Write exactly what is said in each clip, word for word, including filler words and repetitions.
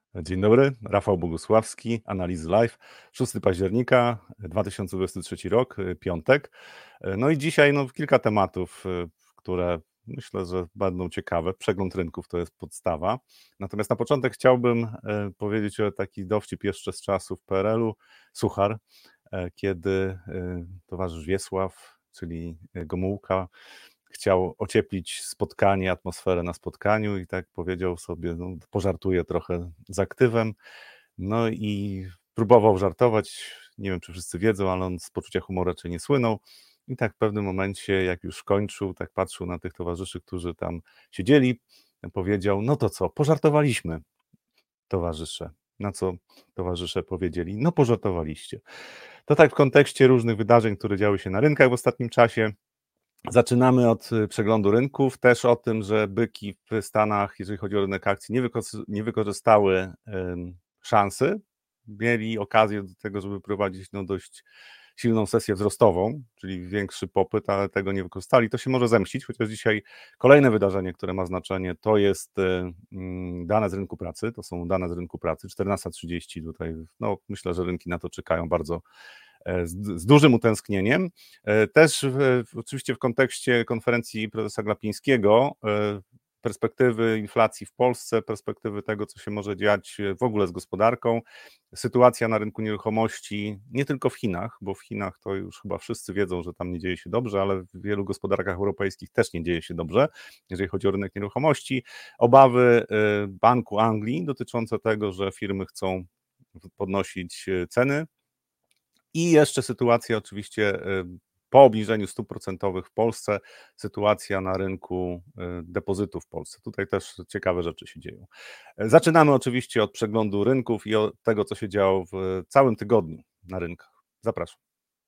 Dzień dobry, Rafał Bogusławski, Analizy Live, szóstego października dwa tysiące dwudziesty trzeci rok, piątek. No i dzisiaj no, kilka tematów, które myślę, że będą ciekawe. Przegląd rynków to jest podstawa. Natomiast na początek chciałbym powiedzieć o taki dowcip jeszcze z czasów P R L-u, suchar, kiedy towarzysz Wiesław, czyli Gomułka, chciał ocieplić spotkanie, atmosferę na spotkaniu i tak powiedział sobie, no, pożartuje trochę z aktywem, no i próbował żartować, nie wiem, czy wszyscy wiedzą, ale on z poczucia humoru raczej nie słynął i tak w pewnym momencie, jak już kończył, tak patrzył na tych towarzyszy, którzy tam siedzieli, powiedział, no to co, pożartowaliśmy, towarzysze. Na co towarzysze powiedzieli, no pożartowaliście. To tak w kontekście różnych wydarzeń, które działy się na rynkach w ostatnim czasie. Zaczynamy od przeglądu rynków, też o tym, że byki w Stanach, jeżeli chodzi o rynek akcji, nie, wyko- nie wykorzystały um, szansy, mieli okazję do tego, żeby prowadzić no, dość silną sesję wzrostową, czyli większy popyt, ale tego nie wykorzystali. To się może zemścić, chociaż dzisiaj kolejne wydarzenie, które ma znaczenie, to jest um, dane z rynku pracy, to są dane z rynku pracy, czternasta trzydzieści tutaj, no myślę, że rynki na to czekają bardzo z, z dużym utęsknieniem. Też w, oczywiście w kontekście konferencji prezesa Glapińskiego, perspektywy inflacji w Polsce, perspektywy tego, co się może dziać w ogóle z gospodarką, sytuacja na rynku nieruchomości, nie tylko w Chinach, bo w Chinach to już chyba wszyscy wiedzą, że tam nie dzieje się dobrze, ale w wielu gospodarkach europejskich też nie dzieje się dobrze, jeżeli chodzi o rynek nieruchomości. Obawy Banku Anglii dotyczące tego, że firmy chcą podnosić ceny. I jeszcze sytuacja oczywiście po obniżeniu stóp procentowych w Polsce, sytuacja na rynku depozytów w Polsce. Tutaj też ciekawe rzeczy się dzieją. Zaczynamy oczywiście od przeglądu rynków i od tego, co się działo w całym tygodniu na rynkach. Zapraszam.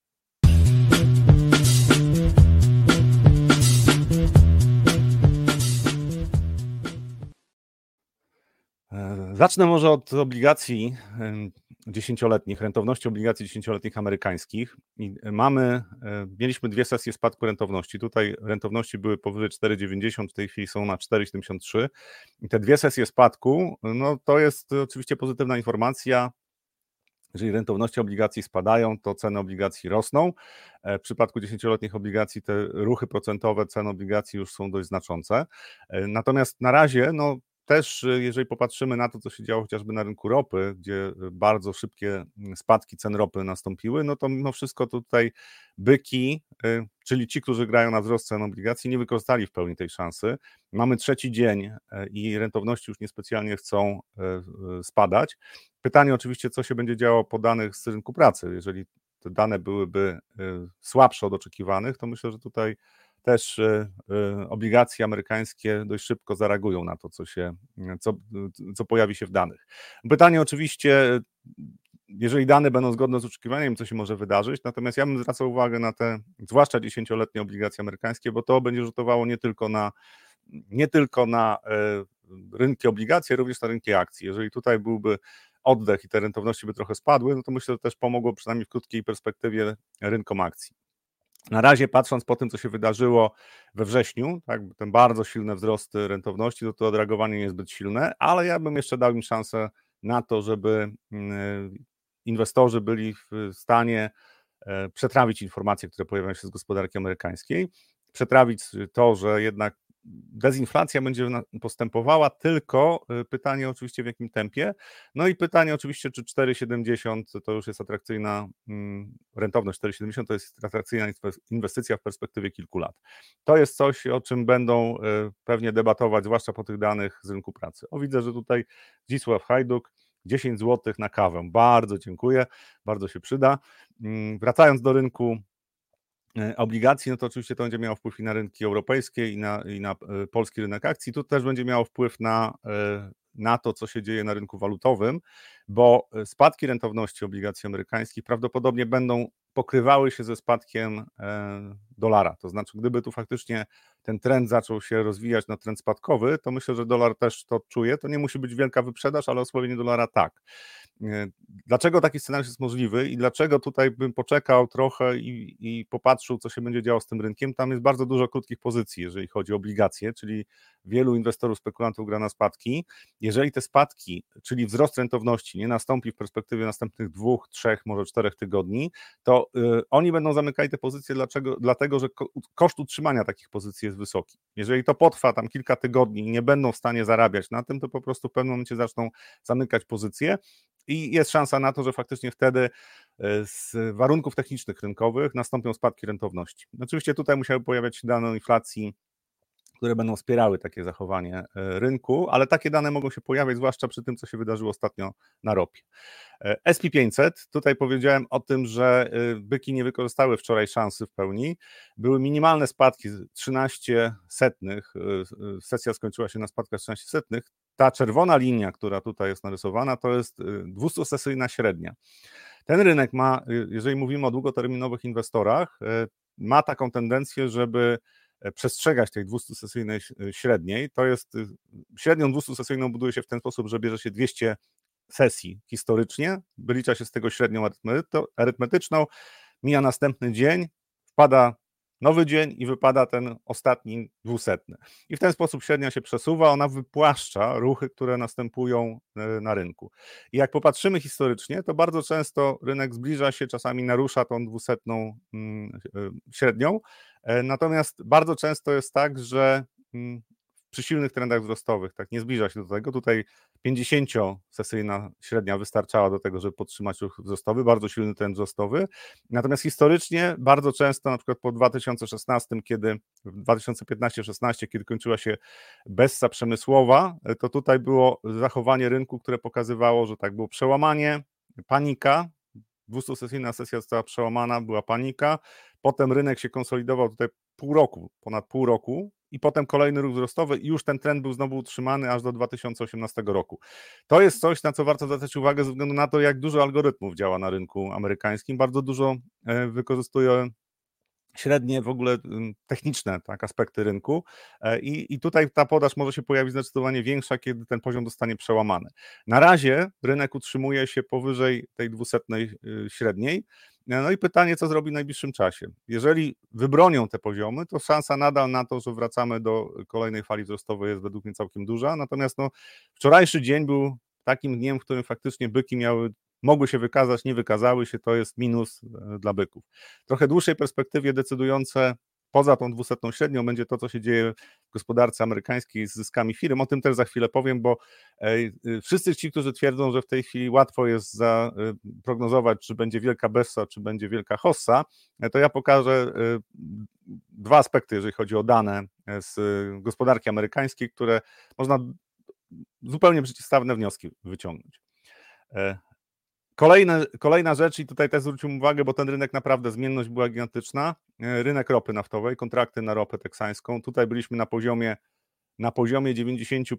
Zacznę może od obligacji dziesięcioletnich, rentowności obligacji dziesięcioletnich amerykańskich. I mamy, mieliśmy dwie sesje spadku rentowności. Tutaj rentowności były powyżej cztery dziewięćdziesiąt, w tej chwili są na cztery siedemdziesiąt trzy. I te dwie sesje spadku, no to jest oczywiście pozytywna informacja. Jeżeli rentowności obligacji spadają, to ceny obligacji rosną. W przypadku dziesięcioletnich obligacji te ruchy procentowe cen obligacji już są dość znaczące. Natomiast na razie, no też jeżeli popatrzymy na to, co się działo chociażby na rynku ropy, gdzie bardzo szybkie spadki cen ropy nastąpiły, no to mimo wszystko tutaj byki, czyli ci, którzy grają na wzrost cen obligacji, nie wykorzystali w pełni tej szansy. Mamy trzeci dzień i rentowności już niespecjalnie chcą spadać. Pytanie oczywiście, co się będzie działo po danych z rynku pracy. Jeżeli te dane byłyby słabsze od oczekiwanych, to myślę, że tutaj też obligacje amerykańskie dość szybko zareagują na to, co się, co, co pojawi się w danych. Pytanie oczywiście, jeżeli dane będą zgodne z oczekiwaniem, co się może wydarzyć, natomiast ja bym zwracał uwagę na te, zwłaszcza dziesięcioletnie obligacje amerykańskie, bo to będzie rzutowało nie tylko na, nie tylko na rynki obligacji, również na rynki akcji. Jeżeli tutaj byłby oddech i te rentowności by trochę spadły, no to myślę, że też pomogło przynajmniej w krótkiej perspektywie rynkom akcji. Na razie patrząc po tym, co się wydarzyło we wrześniu, tak, ten bardzo silny wzrost rentowności, to to odreagowanie nie jest zbyt silne, ale ja bym jeszcze dał im szansę na to, żeby inwestorzy byli w stanie przetrawić informacje, które pojawiają się z gospodarki amerykańskiej, przetrawić to, że jednak dezinflacja będzie postępowała, tylko pytanie oczywiście w jakim tempie, no i pytanie oczywiście, czy cztery siedemdziesiąt to już jest atrakcyjna rentowność, cztery siedemdziesiąt to jest atrakcyjna inwestycja w perspektywie kilku lat. To jest coś, o czym będą pewnie debatować, zwłaszcza po tych danych z rynku pracy. O, widzę, że tutaj Zdzisław Hajduk, dziesięć złotych na kawę. Bardzo dziękuję, bardzo się przyda. Wracając do rynku obligacji, no to oczywiście to będzie miało wpływ i na rynki europejskie, i na, i na polski rynek akcji. Tu też będzie miało wpływ na, na to, co się dzieje na rynku walutowym, bo spadki rentowności obligacji amerykańskich prawdopodobnie będą pokrywały się ze spadkiem dolara. To znaczy, gdyby tu faktycznie ten trend zaczął się rozwijać na trend spadkowy, to myślę, że dolar też to czuje. To nie musi być wielka wyprzedaż, ale osłabienie dolara tak. Dlaczego taki scenariusz jest możliwy i dlaczego tutaj bym poczekał trochę i, i popatrzył, co się będzie działo z tym rynkiem? Tam jest bardzo dużo krótkich pozycji, jeżeli chodzi o obligacje, czyli wielu inwestorów, spekulantów gra na spadki. Jeżeli te spadki, czyli wzrost rentowności nie nastąpi w perspektywie następnych dwóch, trzech, może czterech tygodni, to y, oni będą zamykali te pozycje dlaczego? dlatego, że ko- koszt utrzymania takich pozycji jest wysoki. Jeżeli to potrwa tam kilka tygodni i nie będą w stanie zarabiać na tym, to po prostu w pewnym momencie zaczną zamykać pozycje. I jest szansa na to, że faktycznie wtedy z warunków technicznych rynkowych nastąpią spadki rentowności. Oczywiście tutaj musiały pojawiać się dane o inflacji, które będą wspierały takie zachowanie rynku, ale takie dane mogą się pojawiać zwłaszcza przy tym, co się wydarzyło ostatnio na ropie. S and P pięćset, tutaj powiedziałem o tym, że byki nie wykorzystały wczoraj szansy w pełni. Były minimalne spadki, trzynaście setnych, sesja skończyła się na spadkach trzynaście setnych. Ta czerwona linia, która tutaj jest narysowana, to jest dwustusesyjna średnia. Ten rynek ma, jeżeli mówimy o długoterminowych inwestorach, ma taką tendencję, żeby przestrzegać tej dwustusesyjnej średniej. To jest, średnią dwustusesyjną buduje się w ten sposób, że bierze się dwieście sesji historycznie, wylicza się z tego średnią arytmetyczną, mija następny dzień, wpada nowy dzień i wypada ten ostatni dwusetny. I w ten sposób średnia się przesuwa, ona wypłaszcza ruchy, które następują na rynku. I jak popatrzymy historycznie, to bardzo często rynek zbliża się, czasami narusza tą dwusetną średnią, natomiast bardzo często jest tak, że przy silnych trendach wzrostowych, tak, nie zbliża się do tego. Tutaj pięćdziesięciosesyjna średnia wystarczała do tego, żeby podtrzymać ruch wzrostowy, bardzo silny trend wzrostowy. Natomiast historycznie bardzo często, na przykład po dwa tysiące szesnastym, kiedy w dwa tysiące piętnastym szesnastym, kiedy kończyła się bessa przemysłowa, to tutaj było zachowanie rynku, które pokazywało, że tak było przełamanie, panika, dwustusesyjna sesja została przełamana, była panika, potem rynek się konsolidował tutaj pół roku, ponad pół roku i potem kolejny ruch wzrostowy i już ten trend był znowu utrzymany aż do dwa tysiące osiemnastego roku. To jest coś, na co warto zwracać uwagę ze względu na to, jak dużo algorytmów działa na rynku amerykańskim, bardzo dużo wykorzystuje średnie w ogóle techniczne tak, aspekty rynku I, i tutaj ta podaż może się pojawić zdecydowanie większa, kiedy ten poziom zostanie przełamany. Na razie rynek utrzymuje się powyżej tej dwusetnej średniej, no i pytanie, co zrobi w najbliższym czasie. Jeżeli wybronią te poziomy, to szansa nadal na to, że wracamy do kolejnej fali wzrostowej jest według mnie całkiem duża, natomiast no, wczorajszy dzień był takim dniem, w którym faktycznie byki miały mogły się wykazać, nie wykazały się, to jest minus dla byków. W trochę dłuższej perspektywie decydujące poza tą dwusetną średnią będzie to, co się dzieje w gospodarce amerykańskiej z zyskami firm. O tym też za chwilę powiem, bo wszyscy ci, którzy twierdzą, że w tej chwili łatwo jest zaprognozować, czy będzie wielka bessa, czy będzie wielka hossa, to ja pokażę dwa aspekty, jeżeli chodzi o dane z gospodarki amerykańskiej, które można zupełnie przeciwstawne wnioski wyciągnąć. Kolejne, kolejna rzecz i tutaj też zwróciłem uwagę, bo ten rynek naprawdę, zmienność była gigantyczna, rynek ropy naftowej, kontrakty na ropę teksańską, tutaj byliśmy na poziomie, na poziomie dziewięćdziesięciu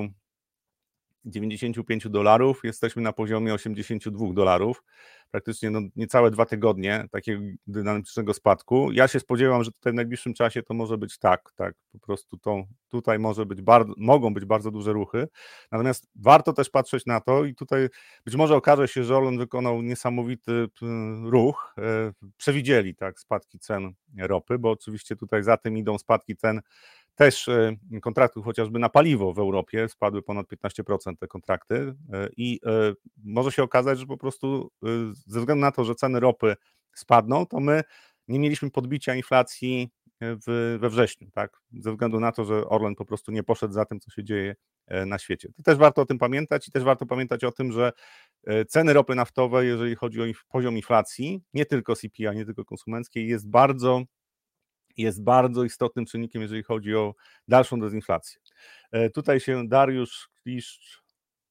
pięciu dolarów, jesteśmy na poziomie osiemdziesięciu dwóch dolarów, praktycznie no niecałe dwa tygodnie takiego dynamicznego spadku. Ja się spodziewam, że tutaj w najbliższym czasie to może być tak, tak, po prostu to, tutaj może być bardzo, mogą być bardzo duże ruchy, natomiast warto też patrzeć na to i tutaj być może okaże się, że Orlen wykonał niesamowity ruch, przewidzieli tak spadki cen ropy, bo oczywiście tutaj za tym idą spadki cen też kontraktów chociażby na paliwo w Europie, spadły ponad piętnaście procent te kontrakty i może się okazać, że po prostu ze względu na to, że ceny ropy spadną, to my nie mieliśmy podbicia inflacji w, we wrześniu, tak? Ze względu na to, że Orlen po prostu nie poszedł za tym, co się dzieje na świecie. To też warto o tym pamiętać i też warto pamiętać o tym, że ceny ropy naftowej, jeżeli chodzi o poziom inflacji, nie tylko C P I, nie tylko konsumenckiej, jest bardzo jest bardzo istotnym czynnikiem, jeżeli chodzi o dalszą dezinflację. Tutaj się Dariusz Kliszcz,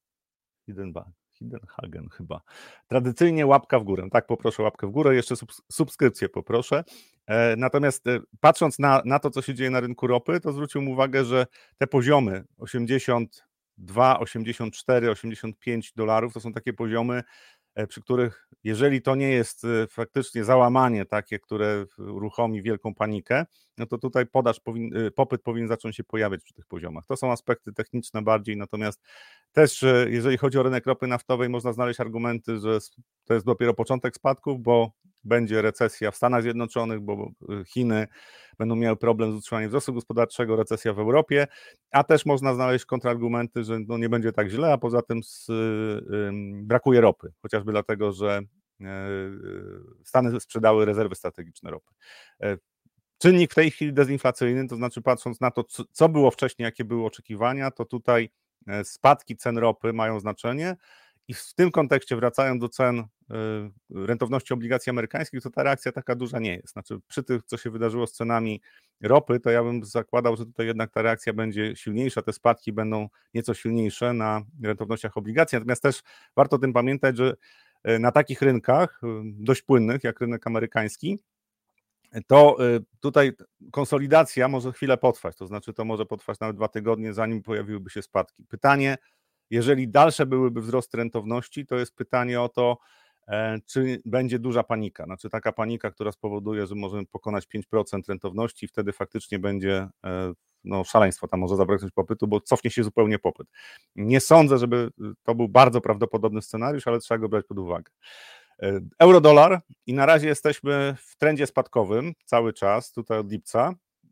Hidenhagen chyba, tradycyjnie łapka w górę, tak, poproszę łapkę w górę, jeszcze subskrypcję poproszę. Natomiast patrząc na, na to, co się dzieje na rynku ropy, to zwróciłem uwagę, że te poziomy osiemdziesiąt dwa, osiemdziesiąt cztery, osiemdziesiąt pięć dolarów to są takie poziomy, przy których jeżeli to nie jest faktycznie załamanie takie, które uruchomi wielką panikę, no to tutaj podaż powin, popyt powinien zacząć się pojawiać przy tych poziomach. To są aspekty techniczne bardziej, natomiast też jeżeli chodzi o rynek ropy naftowej, można znaleźć argumenty, że to jest dopiero początek spadków, bo będzie recesja w Stanach Zjednoczonych, bo Chiny będą miały problem z utrzymaniem wzrostu gospodarczego, recesja w Europie, a też można znaleźć kontrargumenty, że no nie będzie tak źle, a poza tym z, y, brakuje ropy, chociażby dlatego, że y, Stany sprzedały rezerwy strategiczne ropy. Czynnik w tej chwili dezinflacyjny, to znaczy patrząc na to, co, co było wcześniej, jakie były oczekiwania, to tutaj spadki cen ropy mają znaczenie i w tym kontekście, wracając do cen rentowności obligacji amerykańskich, to ta reakcja taka duża nie jest. Znaczy przy tym, co się wydarzyło z cenami ropy, to ja bym zakładał, że tutaj jednak ta reakcja będzie silniejsza, te spadki będą nieco silniejsze na rentownościach obligacji, natomiast też warto o tym pamiętać, że na takich rynkach dość płynnych, jak rynek amerykański, to tutaj konsolidacja może chwilę potrwać, to znaczy to może potrwać nawet dwa tygodnie, zanim pojawiłyby się spadki. Pytanie, jeżeli dalsze byłyby wzrosty rentowności, to jest pytanie o to, czy będzie duża panika, znaczy taka panika, która spowoduje, że możemy pokonać pięć procent rentowności i wtedy faktycznie będzie no, szaleństwo, tam może zabraknąć popytu, bo cofnie się zupełnie popyt. Nie sądzę, żeby to był bardzo prawdopodobny scenariusz, ale trzeba go brać pod uwagę. Euro-dolar i na razie jesteśmy w trendzie spadkowym cały czas, tutaj od lipca.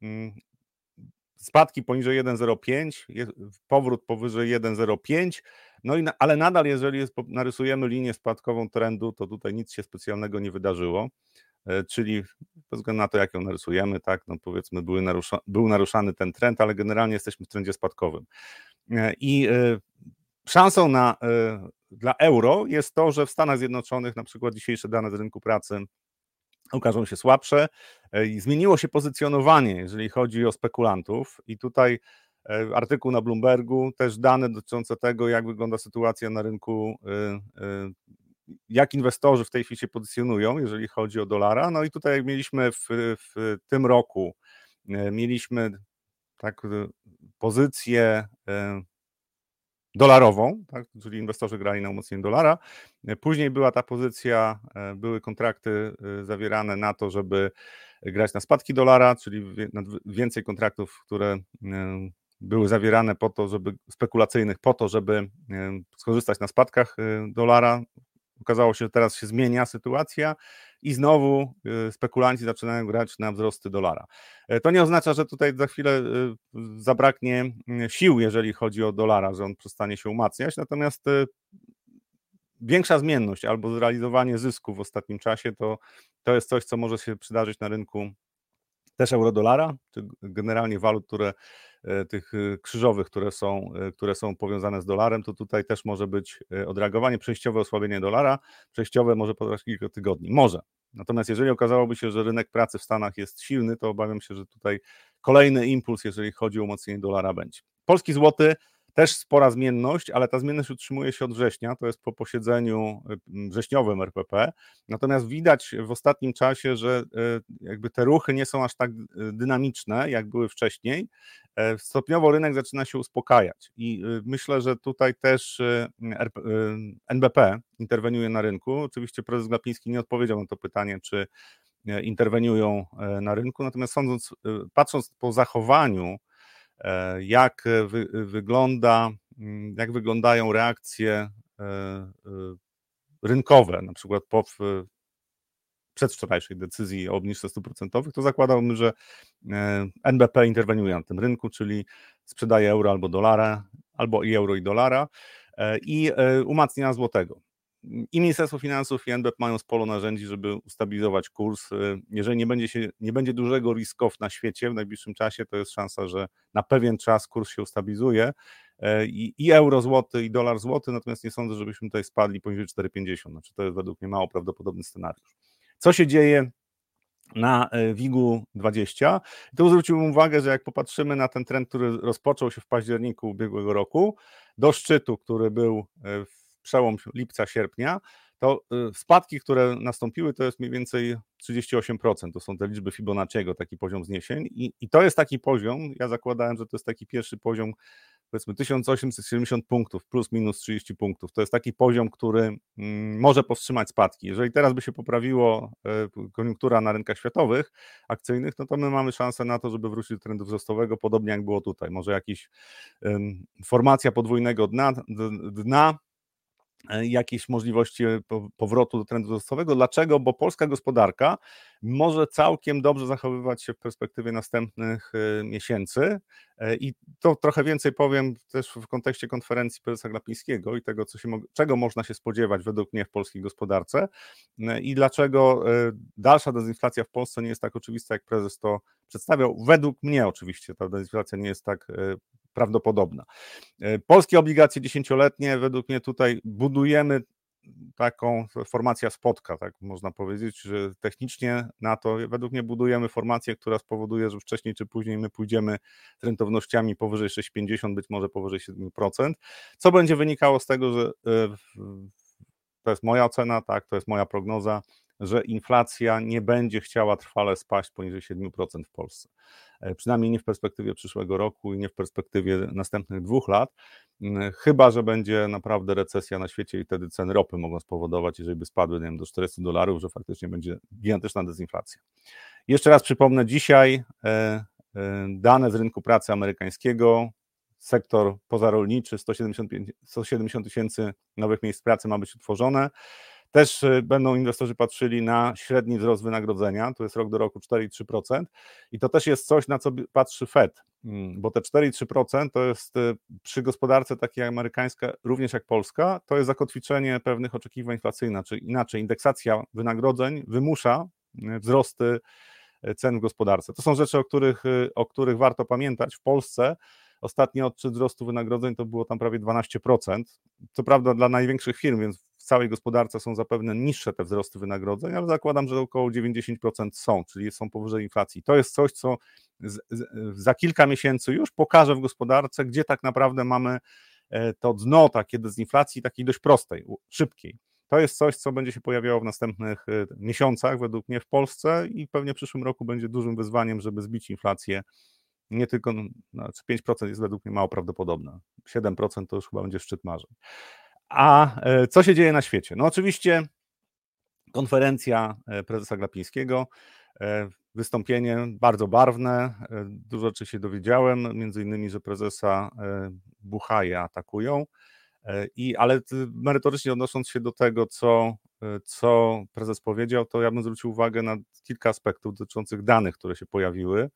Spadki poniżej jeden przecinek zero pięć, powrót powyżej jeden przecinek zero pięć, no i na, ale nadal jeżeli jest, narysujemy linię spadkową trendu, to tutaj nic się specjalnego nie wydarzyło, czyli bez względu na to, jak ją narysujemy, tak, no powiedzmy były narusza, był naruszany ten trend, ale generalnie jesteśmy w trendzie spadkowym. I szansą na, dla euro jest to, że w Stanach Zjednoczonych na przykład dzisiejsze dane z rynku pracy okażą się słabsze i zmieniło się pozycjonowanie, jeżeli chodzi o spekulantów i tutaj artykuł na Bloombergu, też dane dotyczące tego, jak wygląda sytuacja na rynku, jak inwestorzy w tej chwili się pozycjonują, jeżeli chodzi o dolara, no i tutaj mieliśmy w, w tym roku, mieliśmy tak pozycję dolarową, tak, czyli inwestorzy grali na umocnienie dolara. Później była ta pozycja, były kontrakty zawierane na to, żeby grać na spadki dolara, czyli więcej kontraktów, które były zawierane po to, żeby spekulacyjnych, po to, żeby skorzystać na spadkach dolara. Okazało się, że teraz się zmienia sytuacja i znowu spekulanci zaczynają grać na wzrosty dolara. To nie oznacza, że tutaj za chwilę zabraknie sił, jeżeli chodzi o dolara, że on przestanie się umacniać, natomiast większa zmienność albo zrealizowanie zysku w ostatnim czasie to, to jest coś, co może się przydarzyć na rynku też euro-dolara, czy generalnie walut, które tych krzyżowych, które są, które są powiązane z dolarem, to tutaj też może być odreagowanie, przejściowe osłabienie dolara, przejściowe może potrwać kilka tygodni, może. Natomiast jeżeli okazałoby się, że rynek pracy w Stanach jest silny, to obawiam się, że tutaj kolejny impuls, jeżeli chodzi o umocnienie dolara, będzie. Polski złoty, też spora zmienność, ale ta zmienność utrzymuje się od września, to jest po posiedzeniu wrześniowym R P P, natomiast widać w ostatnim czasie, że jakby te ruchy nie są aż tak dynamiczne, jak były wcześniej. Stopniowo rynek zaczyna się uspokajać i myślę, że tutaj też N B P interweniuje na rynku. Oczywiście prezes Glapiński nie odpowiedział na to pytanie, czy interweniują na rynku, natomiast sądząc, patrząc po zachowaniu, jak wy, wygląda, jak wyglądają reakcje rynkowe, na przykład po przedwczorajszej decyzji o obniżce stóp procentowych, to zakładałbym, że N B P interweniuje na tym rynku, czyli sprzedaje euro albo dolara, albo i euro i dolara i umacnia złotego. I Ministerstwo Finansów i N B P mają sporo narzędzi, żeby ustabilizować kurs. Jeżeli nie będzie, się, nie będzie dużego risk-off na świecie w najbliższym czasie, to jest szansa, że na pewien czas kurs się ustabilizuje i, i euro złoty, i dolar złoty, natomiast nie sądzę, żebyśmy tutaj spadli poniżej cztery pięćdziesiąt. Znaczy to jest według mnie mało prawdopodobny scenariusz. Co się dzieje na WIG-u dwadzieścia? Tu zwróciłbym uwagę, że jak popatrzymy na ten trend, który rozpoczął się w październiku ubiegłego roku, do szczytu, który był w przełom lipca-sierpnia, to spadki, które nastąpiły, to jest mniej więcej trzydzieści osiem procent. To są te liczby Fibonacciego, taki poziom zniesień. I, I to jest taki poziom, ja zakładałem, że to jest taki pierwszy poziom powiedzmy tysiąc osiemset siedemdziesiąt punktów, plus minus trzydzieści punktów. To jest taki poziom, który może powstrzymać spadki. Jeżeli teraz by się poprawiło koniunktura na rynkach światowych, akcyjnych, no to my mamy szansę na to, żeby wrócić do trendu wzrostowego, podobnie jak było tutaj. Może jakiś um, formacja podwójnego dna, dna jakieś możliwości powrotu do trendu wzrostowego. Dlaczego? Bo polska gospodarka może całkiem dobrze zachowywać się w perspektywie następnych miesięcy i to trochę więcej powiem też w kontekście konferencji prezesa Glapińskiego i tego, co się, czego można się spodziewać według mnie w polskiej gospodarce i dlaczego dalsza dezinflacja w Polsce nie jest tak oczywista, jak prezes to przedstawiał. Według mnie oczywiście ta dezinflacja nie jest tak prawdopodobna. Polskie obligacje dziesięcioletnie, według mnie tutaj budujemy taką formację spotka, tak można powiedzieć, że technicznie na to według mnie budujemy formację, która spowoduje, że wcześniej czy później my pójdziemy z rentownościami powyżej sześć przecinek pięćdziesiąt, być może powyżej siedem procent, co będzie wynikało z tego, że to jest moja ocena, tak, to jest moja prognoza, że inflacja nie będzie chciała trwale spaść poniżej siedem procent w Polsce. Przynajmniej nie w perspektywie przyszłego roku i nie w perspektywie następnych dwóch lat, chyba że będzie naprawdę recesja na świecie i wtedy ceny ropy mogą spowodować, jeżeli by spadły, nie wiem, do czterystu dolarów, że faktycznie będzie gigantyczna dezinflacja. Jeszcze raz przypomnę, dzisiaj dane z rynku pracy amerykańskiego, sektor pozarolniczy, sto siedemdziesiąt pięć, sto siedemdziesiąt tysięcy nowych miejsc pracy ma być utworzone. Też będą inwestorzy patrzyli na średni wzrost wynagrodzenia, to jest rok do roku cztery przecinek trzy procent i to też jest coś, na co patrzy Fed, bo te cztery przecinek trzy procent to jest przy gospodarce takiej jak amerykańska, również jak polska, to jest zakotwiczenie pewnych oczekiwań inflacyjnych, czyli inaczej indeksacja wynagrodzeń wymusza wzrosty cen w gospodarce. To są rzeczy, o których, o których warto pamiętać. W Polsce ostatni odczyt wzrostu wynagrodzeń to było tam prawie dwanaście procent. Co prawda dla największych firm, więc w całej gospodarce są zapewne niższe te wzrosty wynagrodzeń, ale zakładam, że około dziewięćdziesiąt procent są, czyli są powyżej inflacji. To jest coś, co z, z, za kilka miesięcy już pokaże w gospodarce, gdzie tak naprawdę mamy to dno takie dezinflacji, takiej dość prostej, szybkiej. To jest coś, co będzie się pojawiało w następnych miesiącach według mnie w Polsce i pewnie w przyszłym roku będzie dużym wyzwaniem, żeby zbić inflację. Nie tylko, znaczy pięć procent jest według mnie mało prawdopodobne, siedem procent to już chyba będzie szczyt marzeń. A co się dzieje na świecie? No oczywiście konferencja prezesa Glapińskiego, wystąpienie bardzo barwne, dużo rzeczy się dowiedziałem, między innymi, że prezesa Buchaje atakują, i, ale merytorycznie odnosząc się do tego, co, co prezes powiedział, to ja bym zwrócił uwagę na kilka aspektów dotyczących danych, które się pojawiły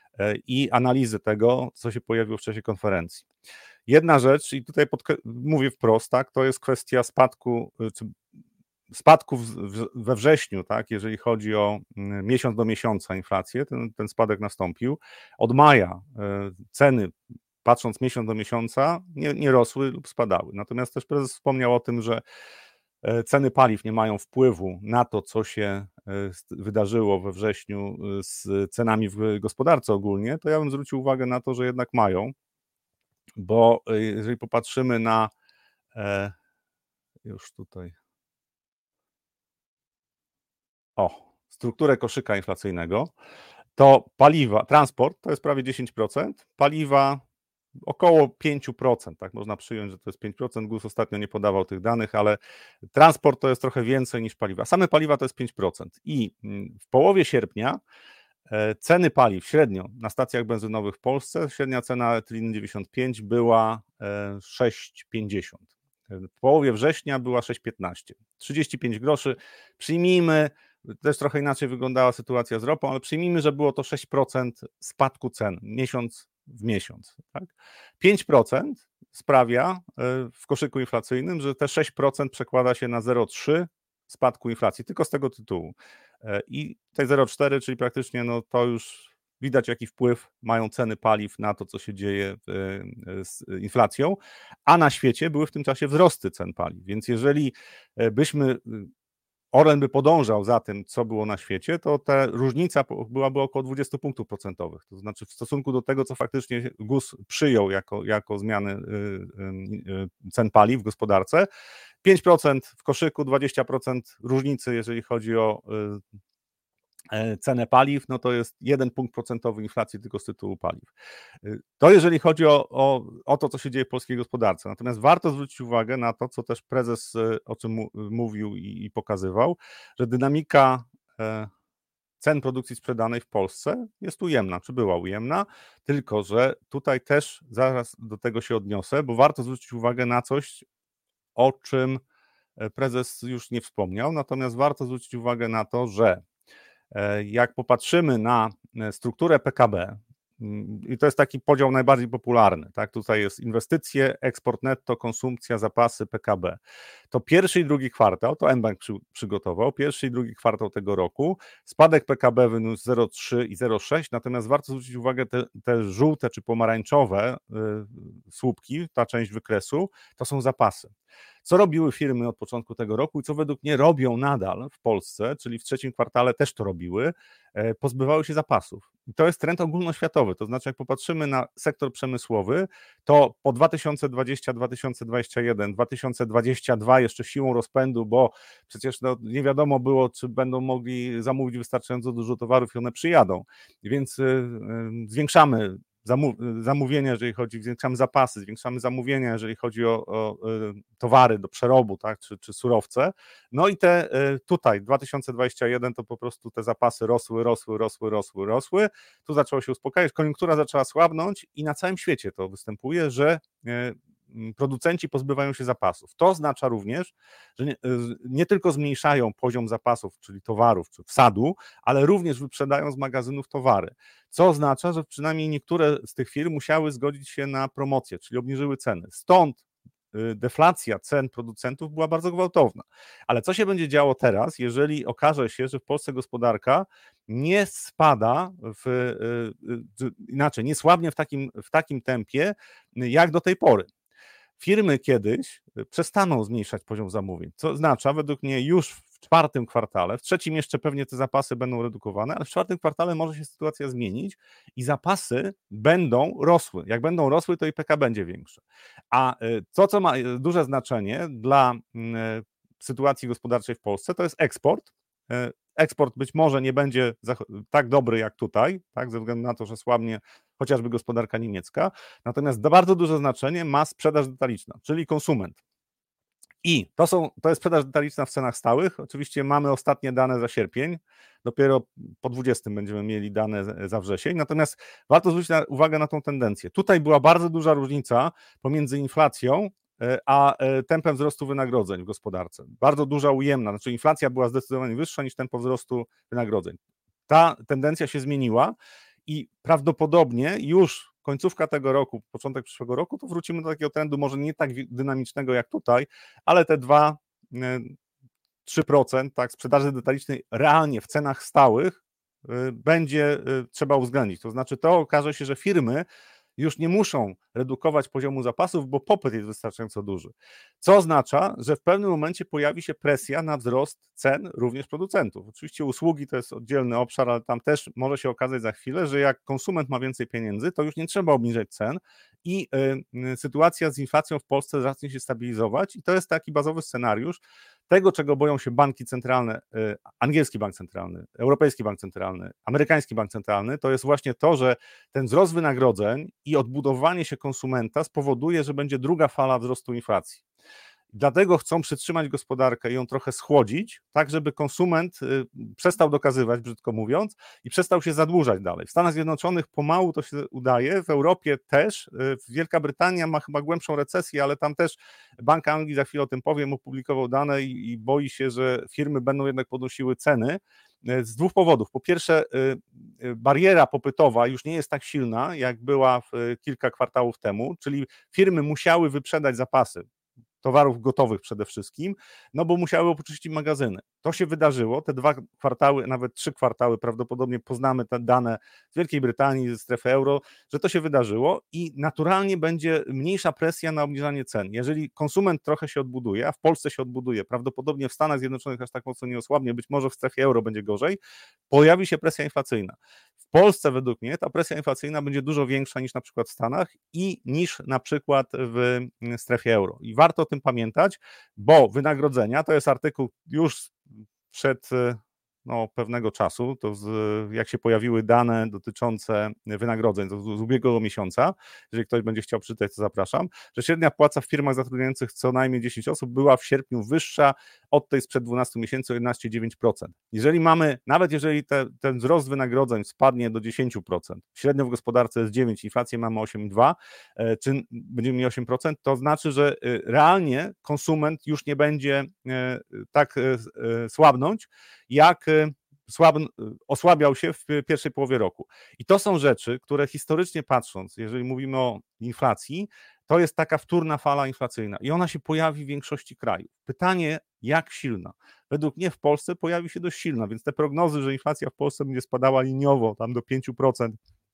i analizy tego, co się pojawiło w czasie konferencji. Jedna rzecz, i tutaj pod, mówię wprost, tak, to jest kwestia spadku, czy spadków we wrześniu, tak, jeżeli chodzi o miesiąc do miesiąca inflację, ten, ten spadek nastąpił. Od maja ceny, patrząc miesiąc do miesiąca, nie, nie rosły lub spadały. Natomiast też prezes wspomniał o tym, że ceny paliw nie mają wpływu na to, co się wydarzyło we wrześniu z cenami w gospodarce ogólnie, to ja bym zwrócił uwagę na to, że jednak mają, bo jeżeli popatrzymy na już tutaj o, strukturę koszyka inflacyjnego, to paliwa, transport to jest prawie dziesięć procent, paliwa około pięć procent, tak można przyjąć, że to jest pięć procent, GUS ostatnio nie podawał tych danych, ale transport to jest trochę więcej niż paliwa. Same paliwa to jest pięć procent i w połowie sierpnia ceny paliw średnio na stacjach benzynowych w Polsce, średnia cena etyliny dziewięćdziesiąt pięć była sześć pięćdziesiąt. W połowie września była sześć piętnaście. trzydzieści pięć groszy. Przyjmijmy, też trochę inaczej wyglądała sytuacja z ropą, ale przyjmijmy, że było to sześć procent spadku cen, miesiąc w miesiąc. Tak? pięć procent sprawia w koszyku inflacyjnym, że te sześć procent przekłada się na zero przecinek trzy spadku inflacji, tylko z tego tytułu. I te zero przecinek cztery, czyli praktycznie no to już widać, jaki wpływ mają ceny paliw na to, co się dzieje z inflacją, a na świecie były w tym czasie wzrosty cen paliw, więc jeżeli byśmy, Orlen by podążał za tym, co było na świecie, to ta różnica byłaby około dwadzieścia punktów procentowych, to znaczy w stosunku do tego, co faktycznie GUS przyjął jako, jako zmiany cen paliw w gospodarce, pięć procent w koszyku, dwadzieścia procent różnicy, jeżeli chodzi o cenę paliw, no to jest jeden punkt procentowy inflacji tylko z tytułu paliw. To jeżeli chodzi o, o, o to, co się dzieje w polskiej gospodarce. Natomiast warto zwrócić uwagę na to, co też prezes o czym mu, mówił i, i pokazywał, że dynamika cen produkcji sprzedanej w Polsce jest ujemna, czy była ujemna, tylko że tutaj też zaraz do tego się odniosę, bo warto zwrócić uwagę na coś, o czym prezes już nie wspomniał, natomiast warto zwrócić uwagę na to, że jak popatrzymy na strukturę P K B, i to jest taki podział najbardziej popularny, tak? Tutaj jest inwestycje, eksport netto, konsumpcja, zapasy, P K B. To pierwszy i drugi kwartał, to mBank przy, przygotował, pierwszy i drugi kwartał tego roku, spadek P K B wyniósł zero przecinek trzy i zero przecinek sześć, natomiast warto zwrócić uwagę, te, te żółte czy pomarańczowe y, słupki, ta część wykresu, to są zapasy. Co robiły firmy od początku tego roku i co według mnie robią nadal w Polsce, czyli w trzecim kwartale też to robiły, pozbywały się zapasów. I to jest trend ogólnoświatowy, to znaczy jak popatrzymy na sektor przemysłowy, to po dwa tysiące dwudziestym, dwa tysiące dwudziestym pierwszym, dwa tysiące dwudziestym drugim jeszcze siłą rozpędu, bo przecież no, nie wiadomo było, czy będą mogli zamówić wystarczająco dużo towarów i one przyjadą, więc yy, yy, zwiększamy zamówienia, jeżeli chodzi, zwiększamy zapasy, zwiększamy zamówienia, jeżeli chodzi o, o towary do przerobu, tak, czy, czy surowce. No i te tutaj dwa tysiące dwudziesty pierwszy to po prostu te zapasy rosły, rosły, rosły, rosły, rosły. Tu zaczęło się uspokajać, koniunktura zaczęła słabnąć i na całym świecie to występuje, że producenci pozbywają się zapasów. To oznacza również, że nie, nie tylko zmniejszają poziom zapasów, czyli towarów, czy wsadu, ale również wyprzedają z magazynów towary. Co oznacza, że przynajmniej niektóre z tych firm musiały zgodzić się na promocję, czyli obniżyły ceny. Stąd deflacja cen producentów była bardzo gwałtowna. Ale co się będzie działo teraz, jeżeli okaże się, że w Polsce gospodarka nie spada, w, inaczej, nie słabnie w takim, w takim tempie, jak do tej pory? Firmy kiedyś przestaną zmniejszać poziom zamówień, co oznacza według mnie już w czwartym kwartale, w trzecim jeszcze pewnie te zapasy będą redukowane, ale w czwartym kwartale może się sytuacja zmienić i zapasy będą rosły. Jak będą rosły, to i P K B będzie większe. A to, co ma duże znaczenie dla sytuacji gospodarczej w Polsce, to jest eksport. Eksport być może nie będzie tak dobry jak tutaj, tak, ze względu na to, że słabnie chociażby gospodarka niemiecka, natomiast bardzo duże znaczenie ma sprzedaż detaliczna, czyli konsument. I to, są, to jest sprzedaż detaliczna w cenach stałych. Oczywiście mamy ostatnie dane za sierpień, dopiero po dwudziestym będziemy mieli dane za wrzesień, natomiast warto zwrócić uwagę na tą tendencję. Tutaj była bardzo duża różnica pomiędzy inflacją a tempem wzrostu wynagrodzeń w gospodarce. Bardzo duża ujemna, znaczy inflacja była zdecydowanie wyższa niż tempo wzrostu wynagrodzeń. Ta tendencja się zmieniła i prawdopodobnie już końcówka tego roku, początek przyszłego roku, to wrócimy do takiego trendu, może nie tak dynamicznego jak tutaj, ale te dwa do trzech procent tak, sprzedaży detalicznej realnie w cenach stałych będzie trzeba uwzględnić. To znaczy to okaże się, że firmy już nie muszą redukować poziomu zapasów, bo popyt jest wystarczająco duży. Co oznacza, że w pewnym momencie pojawi się presja na wzrost cen również producentów. Oczywiście usługi to jest oddzielny obszar, ale tam też może się okazać za chwilę, że jak konsument ma więcej pieniędzy, to już nie trzeba obniżać cen i y, sytuacja z inflacją w Polsce zacznie się stabilizować i to jest taki bazowy scenariusz tego, czego boją się banki centralne, y, angielski bank centralny, europejski bank centralny, amerykański bank centralny, to jest właśnie to, że ten wzrost wynagrodzeń i odbudowanie się konsumenta spowoduje, że będzie druga fala wzrostu inflacji. Dlatego chcą przytrzymać gospodarkę i ją trochę schłodzić, tak żeby konsument przestał dokazywać, brzydko mówiąc, i przestał się zadłużać dalej. W Stanach Zjednoczonych pomału to się udaje, w Europie też, Wielka Brytania ma chyba głębszą recesję, ale tam też Bank Anglii, za chwilę o tym powiem, opublikował dane i, i boi się, że firmy będą jednak podnosiły ceny z dwóch powodów. Po pierwsze, bariera popytowa już nie jest tak silna, jak była kilka kwartałów temu, czyli firmy musiały wyprzedać zapasy towarów gotowych przede wszystkim, no bo musiały opuścić magazyny. To się wydarzyło, te dwa kwartały, nawet trzy kwartały, prawdopodobnie poznamy te dane z Wielkiej Brytanii, ze strefy euro, że to się wydarzyło i naturalnie będzie mniejsza presja na obniżanie cen. Jeżeli konsument trochę się odbuduje, a w Polsce się odbuduje, prawdopodobnie w Stanach Zjednoczonych aż tak mocno nie osłabnie, być może w strefie euro będzie gorzej, pojawi się presja inflacyjna. W Polsce według mnie ta presja inflacyjna będzie dużo większa niż na przykład w Stanach i niż na przykład w strefie euro. I warto o tym pamiętać, bo wynagrodzenia to jest artykuł już przed no, pewnego czasu, to z, jak się pojawiły dane dotyczące wynagrodzeń to z, z ubiegłego miesiąca, jeżeli ktoś będzie chciał przeczytać, to zapraszam, że średnia płaca w firmach zatrudniających co najmniej dziesięć osób była w sierpniu wyższa od tej sprzed dwunastu miesięcy o jedenaście przecinek dziewięć procent. Jeżeli mamy, nawet jeżeli te, ten wzrost wynagrodzeń spadnie do dziesięć procent, średnio w gospodarce jest dziewięć, inflację mamy osiem przecinek dwa, czy będziemy mieli osiem procent, to znaczy, że realnie konsument już nie będzie tak słabnąć, jak słab, osłabiał się w pierwszej połowie roku. I to są rzeczy, które historycznie patrząc, jeżeli mówimy o inflacji, to jest taka wtórna fala inflacyjna i ona się pojawi w większości krajów. Pytanie, jak silna? Według mnie w Polsce pojawi się dość silna, więc te prognozy, że inflacja w Polsce będzie spadała liniowo tam do pięć procent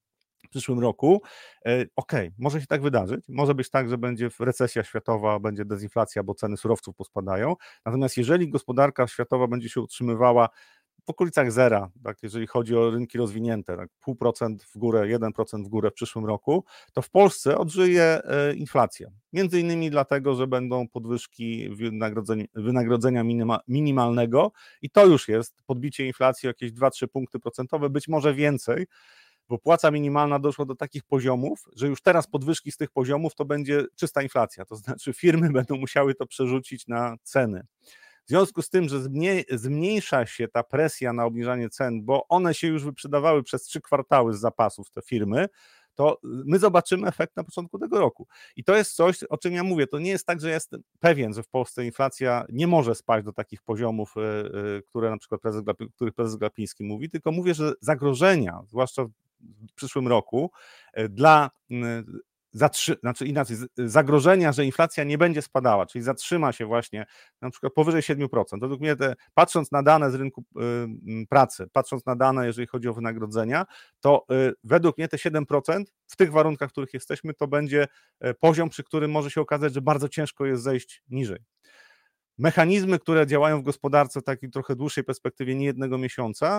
w przyszłym roku, okej, okay, może się tak wydarzyć, może być tak, że będzie recesja światowa, będzie dezinflacja, bo ceny surowców pospadają, natomiast jeżeli gospodarka światowa będzie się utrzymywała w okolicach zera, tak, jeżeli chodzi o rynki rozwinięte, tak, pół procent w górę, jeden procent w górę w przyszłym roku, to w Polsce odżyje inflacja. Między innymi dlatego, że będą podwyżki wynagrodzeń, wynagrodzenia minima, minimalnego i to już jest podbicie inflacji o jakieś dwa trzy punkty procentowe, być może więcej, bo płaca minimalna doszła do takich poziomów, że już teraz podwyżki z tych poziomów to będzie czysta inflacja, to znaczy firmy będą musiały to przerzucić na ceny. W związku z tym, że zmniejsza się ta presja na obniżanie cen, bo one się już wyprzedawały przez trzy kwartały z zapasów, te firmy, to my zobaczymy efekt na początku tego roku. I to jest coś, o czym ja mówię. To nie jest tak, że jestem pewien, że w Polsce inflacja nie może spaść do takich poziomów, które na przykład prezes, których prezes Glapiński mówi, tylko mówię, że zagrożenia, zwłaszcza w przyszłym roku, dla Zatrzy, znaczy inaczej, zagrożenia, że inflacja nie będzie spadała, czyli zatrzyma się właśnie na przykład powyżej siedem procent. Według mnie, te, patrząc na dane z rynku y, pracy, patrząc na dane, jeżeli chodzi o wynagrodzenia, to y, według mnie te siedem procent w tych warunkach, w których jesteśmy, to będzie poziom, przy którym może się okazać, że bardzo ciężko jest zejść niżej. Mechanizmy, które działają w gospodarce w takiej trochę dłuższej perspektywie, nie jednego miesiąca,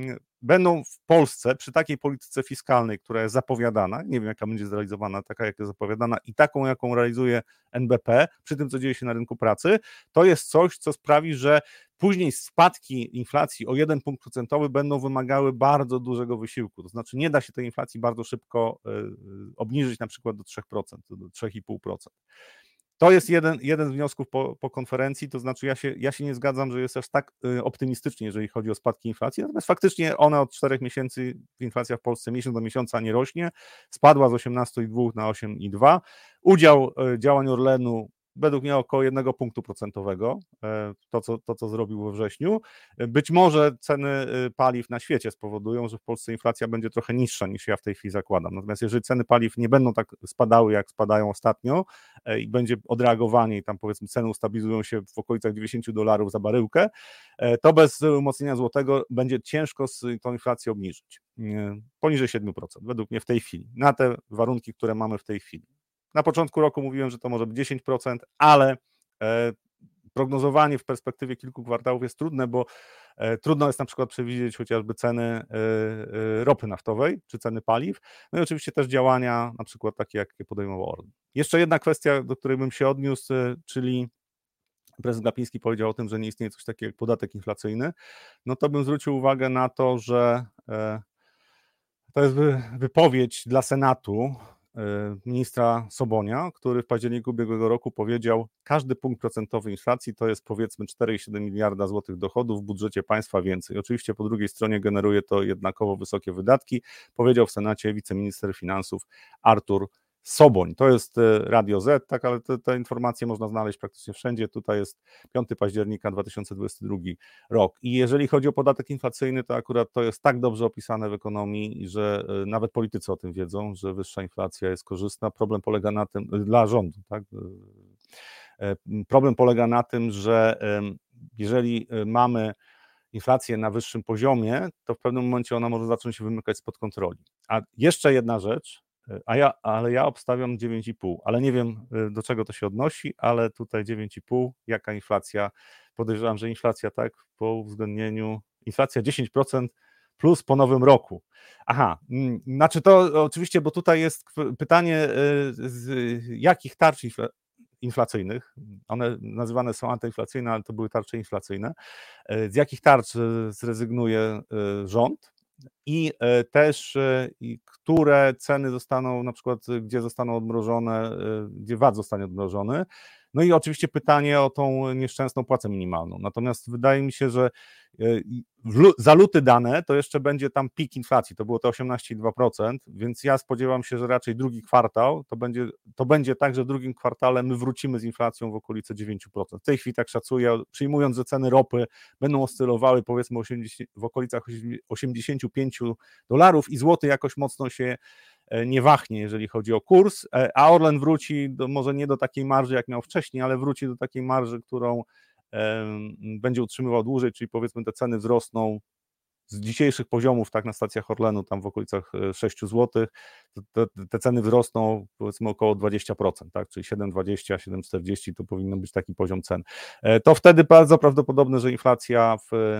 będą w Polsce przy takiej polityce fiskalnej, która jest zapowiadana, nie wiem jaka będzie zrealizowana, taka jak jest zapowiadana i taką jaką realizuje N B P, przy tym co dzieje się na rynku pracy, to jest coś, co sprawi, że później spadki inflacji o jeden punkt procentowy będą wymagały bardzo dużego wysiłku, to znaczy nie da się tej inflacji bardzo szybko obniżyć na przykład do trzy procent, do trzy i pół procent. To jest jeden, jeden z wniosków po, po konferencji, to znaczy ja się, ja się nie zgadzam, że jest aż tak optymistycznie, jeżeli chodzi o spadki inflacji, natomiast faktycznie ona od czterech miesięcy, inflacja w Polsce miesiąc do miesiąca nie rośnie, spadła z osiemnaście przecinek dwa na osiem przecinek dwa. Udział działań Orlenu według mnie około jednego punktu procentowego, to co, to co zrobił we wrześniu. Być może ceny paliw na świecie spowodują, że w Polsce inflacja będzie trochę niższa niż ja w tej chwili zakładam. Natomiast jeżeli ceny paliw nie będą tak spadały, jak spadają ostatnio i będzie odreagowanie i tam powiedzmy ceny ustabilizują się w okolicach dziewięćdziesiąt dolarów za baryłkę, to bez umocnienia złotego będzie ciężko tą inflację obniżyć. Poniżej siedem procent według mnie w tej chwili, na te warunki, które mamy w tej chwili. Na początku roku mówiłem, że to może być dziesięć procent, ale e, prognozowanie w perspektywie kilku kwartałów jest trudne, bo e, trudno jest na przykład przewidzieć chociażby ceny e, e, ropy naftowej czy ceny paliw, no i oczywiście też działania na przykład takie, jakie podejmował Orlen. Jeszcze jedna kwestia, do której bym się odniósł, e, czyli prezes Glapiński powiedział o tym, że nie istnieje coś takiego jak podatek inflacyjny, no to bym zwrócił uwagę na to, że e, to jest wy, wypowiedź dla Senatu ministra Sobonia, który w październiku ubiegłego roku powiedział, każdy punkt procentowy inflacji to jest powiedzmy cztery przecinek siedem miliarda złotych dochodów w budżecie państwa więcej. Oczywiście po drugiej stronie generuje to jednakowo wysokie wydatki, powiedział w Senacie wiceminister finansów Artur Soboń. To jest Radio Z, tak, ale te, te informacje można znaleźć praktycznie wszędzie. Tutaj jest piątego października dwa tysiące dwudziesty drugi rok. I jeżeli chodzi o podatek inflacyjny, to akurat to jest tak dobrze opisane w ekonomii, że nawet politycy o tym wiedzą, że wyższa inflacja jest korzystna. Problem polega na tym, dla rządu, tak? Problem polega na tym, że jeżeli mamy inflację na wyższym poziomie, to w pewnym momencie ona może zacząć się wymykać spod kontroli. A jeszcze jedna rzecz, A ja, ale ja obstawiam dziewięć i pół, ale nie wiem do czego to się odnosi, ale tutaj dziewięć i pół, jaka inflacja, podejrzewam, że inflacja tak po uwzględnieniu, inflacja dziesięć procent plus po nowym roku. Aha, znaczy to oczywiście, bo tutaj jest pytanie z jakich tarcz inflacyjnych. One nazywane są antyinflacyjne, ale to były tarcze inflacyjne. Z jakich tarcz zrezygnuje rząd i też i które ceny zostaną, na przykład gdzie zostaną odmrożone, gdzie V A T zostanie odmrożony. No i oczywiście pytanie o tą nieszczęsną płacę minimalną. Natomiast wydaje mi się, że za luty dane to jeszcze będzie tam pik inflacji, to było to osiemnaście przecinek dwa procent, więc ja spodziewam się, że raczej drugi kwartał to będzie, to będzie tak, że w drugim kwartale my wrócimy z inflacją w okolice dziewięć procent. W tej chwili tak szacuję, przyjmując, że ceny ropy będą oscylowały powiedzmy w okolicach osiemdziesiąt pięć dolarów i złoty jakoś mocno się nie wahnie, jeżeli chodzi o kurs, a Orlen wróci do, może nie do takiej marży, jak miał wcześniej, ale wróci do takiej marży, którą będzie utrzymywał dłużej, czyli powiedzmy te ceny wzrosną z dzisiejszych poziomów, tak na stacjach Orlenu, tam w okolicach sześć złotych, te, te ceny wzrosną powiedzmy około dwadzieścia procent, tak, czyli siedem dwadzieścia, siedem czterdzieści to powinno być taki poziom cen. To wtedy bardzo prawdopodobne, że inflacja w,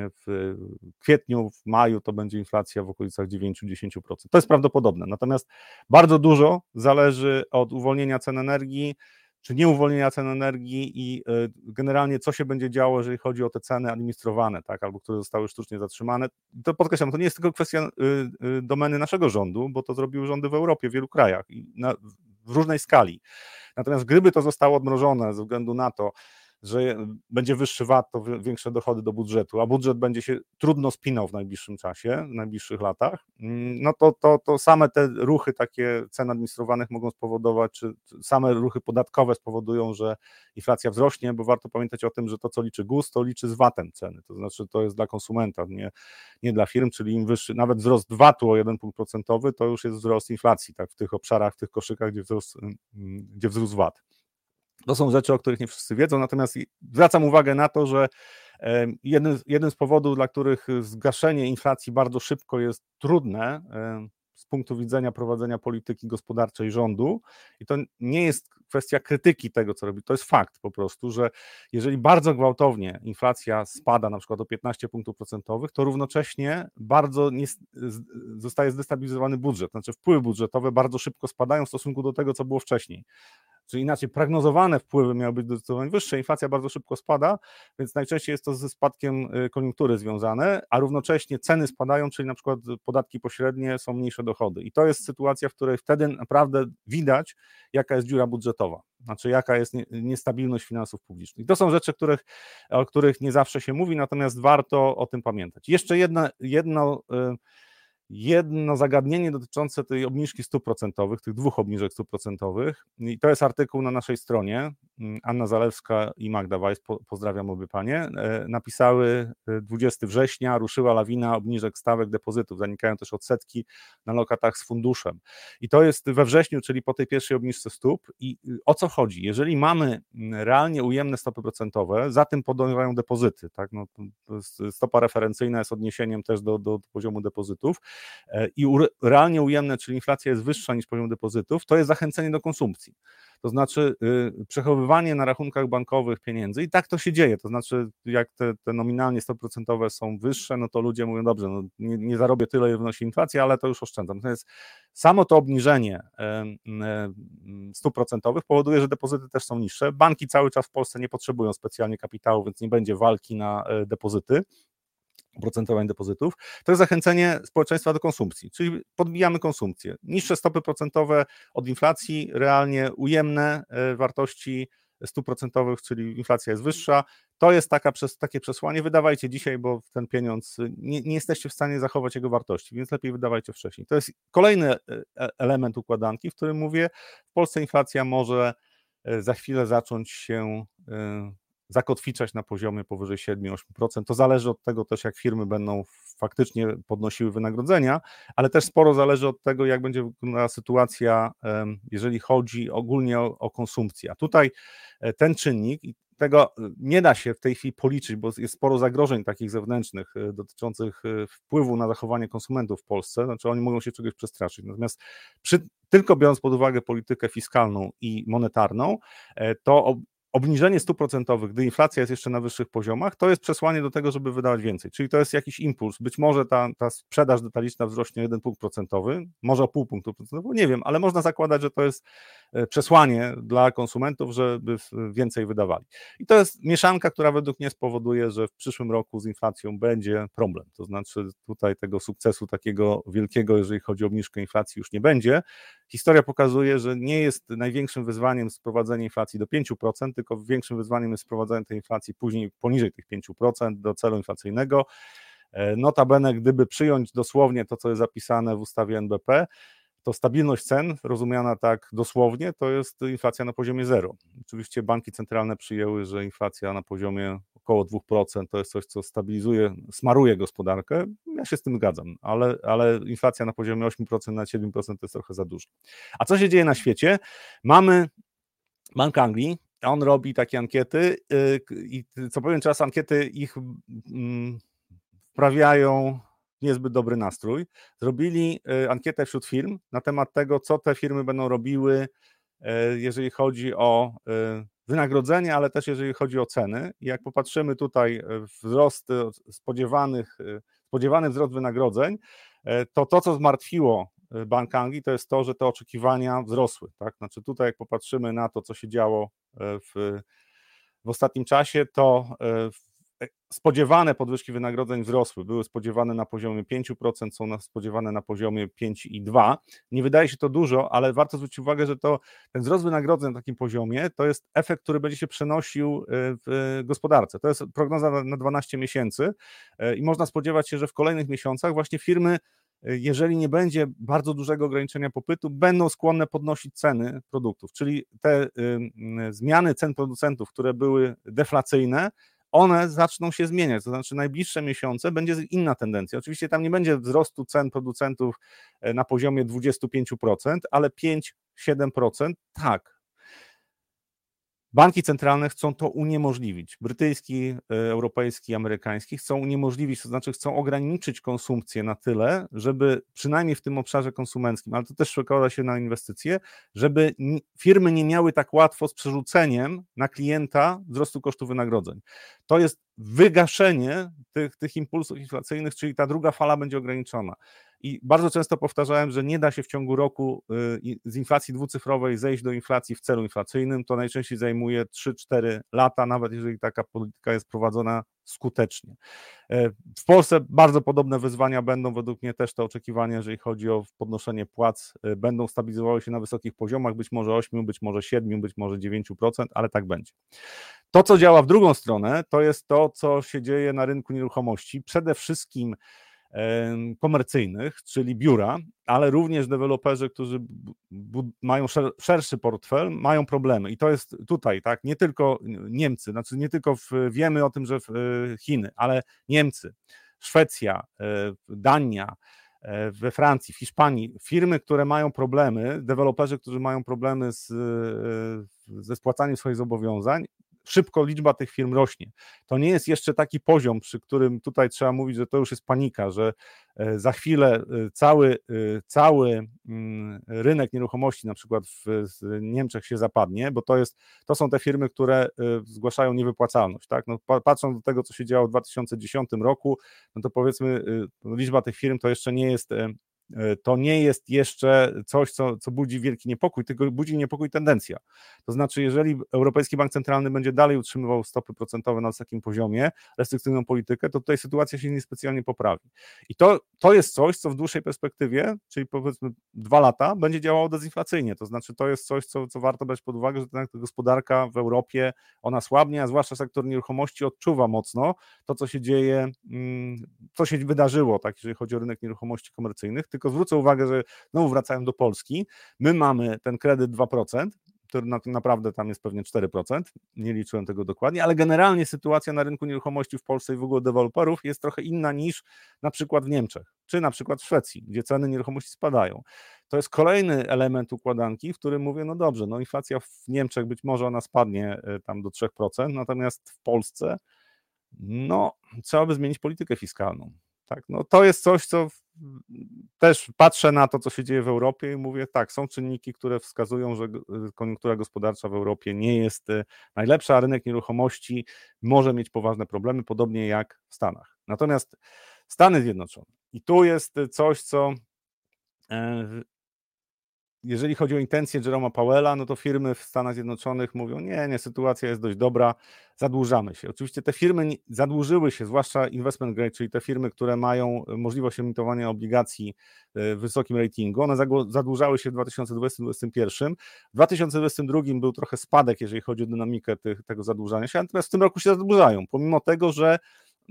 w kwietniu, w maju to będzie inflacja w okolicach dziewięć do dziesięciu procent. To jest prawdopodobne, natomiast bardzo dużo zależy od uwolnienia cen energii, czy nie uwolnienia cen energii i generalnie co się będzie działo, jeżeli chodzi o te ceny administrowane, tak, albo które zostały sztucznie zatrzymane. To podkreślam, to nie jest tylko kwestia domeny naszego rządu, bo to zrobiły rządy w Europie, w wielu krajach i na, w różnej skali. Natomiast gdyby to zostało odmrożone ze względu na to, że będzie wyższy V A T, to większe dochody do budżetu, a budżet będzie się trudno spinał w najbliższym czasie, w najbliższych latach, no to, to, to same te ruchy takie cen administrowanych mogą spowodować, czy same ruchy podatkowe spowodują, że inflacja wzrośnie, bo warto pamiętać o tym, że to, co liczy GUS, to liczy z V A T-em ceny, to znaczy to jest dla konsumenta, nie, nie dla firm, czyli im wyższy, nawet wzrost V A T-u o jeden punkt procentowy, to już jest wzrost inflacji, tak, w tych obszarach, w tych koszykach, gdzie wzrósł, gdzie wzrósł V A T. To są rzeczy, o których nie wszyscy wiedzą, natomiast zwracam uwagę na to, że jeden, jeden z powodów, dla których zgaszenie inflacji bardzo szybko jest trudne z punktu widzenia prowadzenia polityki gospodarczej rządu, i to nie jest kwestia krytyki tego, co robi, to jest fakt po prostu, że jeżeli bardzo gwałtownie inflacja spada na przykład o piętnaście punktów procentowych, to równocześnie bardzo nie, zostaje zdestabilizowany budżet, znaczy wpływy budżetowe bardzo szybko spadają w stosunku do tego, co było wcześniej. Czyli inaczej, prognozowane wpływy miały być zdecydowanie wyższe, inflacja bardzo szybko spada, więc najczęściej jest to ze spadkiem koniunktury związane, a równocześnie ceny spadają, czyli na przykład podatki pośrednie, są mniejsze dochody. I to jest sytuacja, w której wtedy naprawdę widać, jaka jest dziura budżetowa, znaczy jaka jest niestabilność finansów publicznych. I to są rzeczy, których, o których nie zawsze się mówi, natomiast warto o tym pamiętać. Jeszcze jedna, jedno... Jedno zagadnienie dotyczące tej obniżki stóp procentowych, tych dwóch obniżek stóp procentowych, i to jest artykuł na naszej stronie, Anna Zalewska i Magda Weiss, po, pozdrawiam obie panie, napisały dwudziestego września, ruszyła lawina obniżek stawek depozytów, zanikają też odsetki na lokatach z funduszem. I to jest we wrześniu, czyli po tej pierwszej obniżce stóp. I o co chodzi? Jeżeli mamy realnie ujemne stopy procentowe, za tym podążają depozyty, tak? No, stopa referencyjna jest odniesieniem też do, do poziomu depozytów, i realnie ujemne, czyli inflacja jest wyższa niż poziom depozytów, to jest zachęcenie do konsumpcji. To znaczy y, przechowywanie na rachunkach bankowych pieniędzy i tak to się dzieje, to znaczy jak te, te nominalnie stopy procentowe są wyższe, no to ludzie mówią, dobrze, no nie, nie zarobię tyle, ile wnosi inflacja, ale to już oszczędzam. Natomiast samo to obniżenie y, y, stóp procentowych powoduje, że depozyty też są niższe. Banki cały czas w Polsce nie potrzebują specjalnie kapitału, więc nie będzie walki na y, depozyty, oprocentowań depozytów, to jest zachęcenie społeczeństwa do konsumpcji, czyli podbijamy konsumpcję. Niższe stopy procentowe od inflacji, realnie ujemne wartości stóp procentowych, czyli inflacja jest wyższa, to jest taka, takie przesłanie, wydawajcie dzisiaj, bo ten pieniądz, nie, nie jesteście w stanie zachować jego wartości, więc lepiej wydawajcie wcześniej. To jest kolejny element układanki, w którym mówię, w Polsce inflacja może za chwilę zacząć się zakotwiczać na poziomie powyżej siedem do ośmiu procent. To zależy od tego też, jak firmy będą faktycznie podnosiły wynagrodzenia, ale też sporo zależy od tego, jak będzie wyglądała sytuacja, jeżeli chodzi ogólnie o, o konsumpcję. A tutaj ten czynnik, i tego nie da się w tej chwili policzyć, bo jest sporo zagrożeń takich zewnętrznych dotyczących wpływu na zachowanie konsumentów w Polsce, znaczy oni mogą się czegoś przestraszyć. Natomiast przy, tylko biorąc pod uwagę politykę fiskalną i monetarną, to obniżenie stóp procentowych, gdy inflacja jest jeszcze na wyższych poziomach, to jest przesłanie do tego, żeby wydawać więcej. Czyli to jest jakiś impuls. Być może ta, ta sprzedaż detaliczna wzrośnie jeden punkt procentowy, może o pół punktu procentowego, nie wiem, ale można zakładać, że to jest przesłanie dla konsumentów, żeby więcej wydawali. I to jest mieszanka, która według mnie spowoduje, że w przyszłym roku z inflacją będzie problem. To znaczy tutaj tego sukcesu takiego wielkiego, jeżeli chodzi o obniżkę inflacji, już nie będzie. Historia pokazuje, że nie jest największym wyzwaniem sprowadzenie inflacji do pięciu procent, tylko większym wyzwaniem jest sprowadzenie tej inflacji później poniżej tych pięciu procent do celu inflacyjnego. Notabene, gdyby przyjąć dosłownie to, co jest zapisane w ustawie N B P, to stabilność cen, rozumiana tak dosłownie, to jest inflacja na poziomie zero. Oczywiście banki centralne przyjęły, że inflacja na poziomie około dwóch procent to jest coś, co stabilizuje, smaruje gospodarkę. Ja się z tym zgadzam, ale, ale inflacja na poziomie osiem procent na siedem procent to jest trochę za dużo. A co się dzieje na świecie? Mamy Bank Anglii, on robi takie ankiety i co pewien czas ankiety ich wprawiają niezbyt dobry nastrój. Zrobili ankietę wśród firm na temat tego, co te firmy będą robiły, jeżeli chodzi o wynagrodzenie, ale też jeżeli chodzi o ceny. I jak popatrzymy tutaj wzrost spodziewanych, spodziewany wzrost wynagrodzeń, to to, co zmartwiło Bank Anglii, to jest to, że te oczekiwania wzrosły. Tak? Znaczy tutaj jak popatrzymy na to, co się działo w, w ostatnim czasie, to spodziewane podwyżki wynagrodzeń wzrosły, były spodziewane na poziomie pięć procent, są spodziewane na poziomie pięć przecinek dwa procent. Nie wydaje się to dużo, ale warto zwrócić uwagę, że to, ten wzrost wynagrodzeń na takim poziomie to jest efekt, który będzie się przenosił w gospodarce. To jest prognoza na dwanaście miesięcy i można spodziewać się, że w kolejnych miesiącach właśnie firmy, jeżeli nie będzie bardzo dużego ograniczenia popytu, będą skłonne podnosić ceny produktów, czyli te y, y, zmiany cen producentów, które były deflacyjne, one zaczną się zmieniać, to znaczy najbliższe miesiące będzie inna tendencja. Oczywiście tam nie będzie wzrostu cen producentów na poziomie dwadzieścia pięć procent, ale pięć do siedmiu procent tak. Banki centralne chcą to uniemożliwić. Brytyjski, europejski, amerykański chcą uniemożliwić, to znaczy chcą ograniczyć konsumpcję na tyle, żeby przynajmniej w tym obszarze konsumenckim, ale to też przekłada się na inwestycje, żeby firmy nie miały tak łatwo z przerzuceniem na klienta wzrostu kosztów wynagrodzeń. To jest wygaszenie tych, tych impulsów inflacyjnych, czyli ta druga fala będzie ograniczona. I bardzo często powtarzałem, że nie da się w ciągu roku z inflacji dwucyfrowej zejść do inflacji w celu inflacyjnym. To najczęściej zajmuje trzy cztery lata, nawet jeżeli taka polityka jest prowadzona skutecznie. W Polsce bardzo podobne wyzwania będą, według mnie też te oczekiwania, jeżeli chodzi o podnoszenie płac, będą stabilizowały się na wysokich poziomach, być może osiem, być może siedem, być może dziewięć procent, ale tak będzie. To, co działa w drugą stronę, to jest to, co się dzieje na rynku nieruchomości, przede wszystkim komercyjnych, czyli biura, ale również deweloperzy, którzy mają szerszy portfel, mają problemy. I to jest tutaj, tak, nie tylko Niemcy, znaczy nie tylko w, wiemy o tym, że Chiny, ale Niemcy, Szwecja, Dania, we Francji, w Hiszpanii, firmy, które mają problemy, deweloperzy, którzy mają problemy z, ze spłacaniem swoich zobowiązań, szybko liczba tych firm rośnie. To nie jest jeszcze taki poziom, przy którym tutaj trzeba mówić, że to już jest panika, że za chwilę cały, cały rynek nieruchomości na przykład w Niemczech się zapadnie, bo to, jest, to są te firmy, które zgłaszają niewypłacalność. Tak? No, patrząc do tego, co się działo w dwa tysiące dziesiątym roku, no to powiedzmy liczba tych firm to jeszcze nie jest to nie jest jeszcze coś, co, co budzi wielki niepokój, tylko budzi niepokój tendencja. To znaczy, jeżeli Europejski Bank Centralny będzie dalej utrzymywał stopy procentowe na takim poziomie, restrykcyjną politykę, to tutaj sytuacja się niespecjalnie poprawi. I to, to jest coś, co w dłuższej perspektywie, czyli powiedzmy dwa lata, będzie działało dezinflacyjnie. To znaczy, to jest coś, co, co warto brać pod uwagę, że ta gospodarka w Europie, ona słabnie, a zwłaszcza sektor nieruchomości odczuwa mocno to, co się dzieje, co się wydarzyło, tak, jeżeli chodzi o rynek nieruchomości komercyjnych. Tylko zwrócę uwagę, że znowu wracając do Polski, my mamy ten kredyt dwa procent, który na, naprawdę tam jest pewnie cztery procent, nie liczyłem tego dokładnie, ale generalnie sytuacja na rynku nieruchomości w Polsce i w ogóle deweloperów jest trochę inna niż na przykład w Niemczech, czy na przykład w Szwecji, gdzie ceny nieruchomości spadają. To jest kolejny element układanki, w którym mówię, no dobrze, no inflacja w Niemczech być może ona spadnie tam do trzy procent, natomiast w Polsce no trzeba by zmienić politykę fiskalną. Tak, no to jest coś, co w, też patrzę na to, co się dzieje w Europie i mówię, tak, są czynniki, które wskazują, że koniunktura gospodarcza w Europie nie jest najlepsza, a rynek nieruchomości może mieć poważne problemy, podobnie jak w Stanach. Natomiast Stany Zjednoczone, i tu jest coś, co jeżeli chodzi o intencje Jeroma Powella, no to firmy w Stanach Zjednoczonych mówią, nie, nie, sytuacja jest dość dobra, zadłużamy się. Oczywiście te firmy zadłużyły się, zwłaszcza investment grade, czyli te firmy, które mają możliwość emitowania obligacji w wysokim ratingu, one zadłużały się w dwa tysiące dwudziestym do dwa tysiące dwudziestego pierwszego. W dwa tysiące dwudziestym drugim był trochę spadek, jeżeli chodzi o dynamikę tych, tego zadłużania się, natomiast w tym roku się zadłużają, pomimo tego, że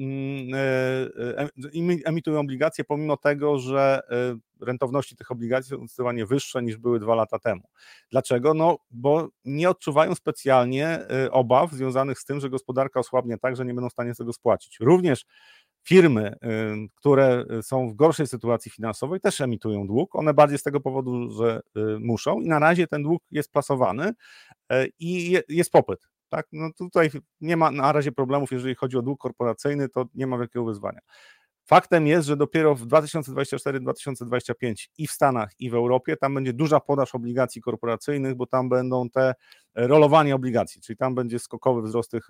emitują obligacje, pomimo tego, że rentowności tych obligacji są zdecydowanie wyższe niż były dwa lata temu. Dlaczego? No, bo nie odczuwają specjalnie obaw związanych z tym, że gospodarka osłabnie tak, że nie będą w stanie z tego spłacić. Również firmy, które są w gorszej sytuacji finansowej, też emitują dług. One bardziej z tego powodu, że muszą i na razie ten dług jest plasowany i jest popyt. Tak, no tutaj nie ma na razie problemów, jeżeli chodzi o dług korporacyjny, to nie ma wielkiego wyzwania. Faktem jest, że dopiero w dwa tysiące dwudziestym czwartym do dwa tysiące dwudziestego piątego i w Stanach, i w Europie tam będzie duża podaż obligacji korporacyjnych, bo tam będą te rolowanie obligacji, czyli tam będzie skokowy wzrost tych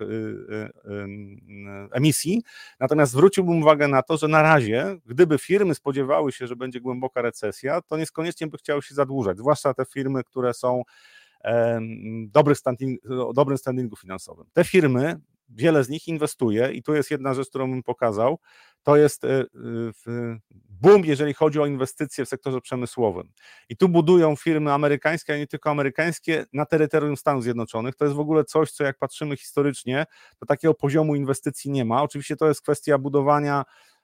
emisji. Natomiast zwróciłbym uwagę na to, że na razie, gdyby firmy spodziewały się, że będzie głęboka recesja, to niekoniecznie by chciały się zadłużać, zwłaszcza te firmy, które są Dobry standing, o dobrym standingu finansowym. Te firmy, wiele z nich inwestuje i tu jest jedna rzecz, którą bym pokazał, to jest boom, jeżeli chodzi o inwestycje w sektorze przemysłowym. I tu budują firmy amerykańskie, a nie tylko amerykańskie, na terytorium Stanów Zjednoczonych. To jest w ogóle coś, co jak patrzymy historycznie, to takiego poziomu inwestycji nie ma. Oczywiście to jest kwestia budowania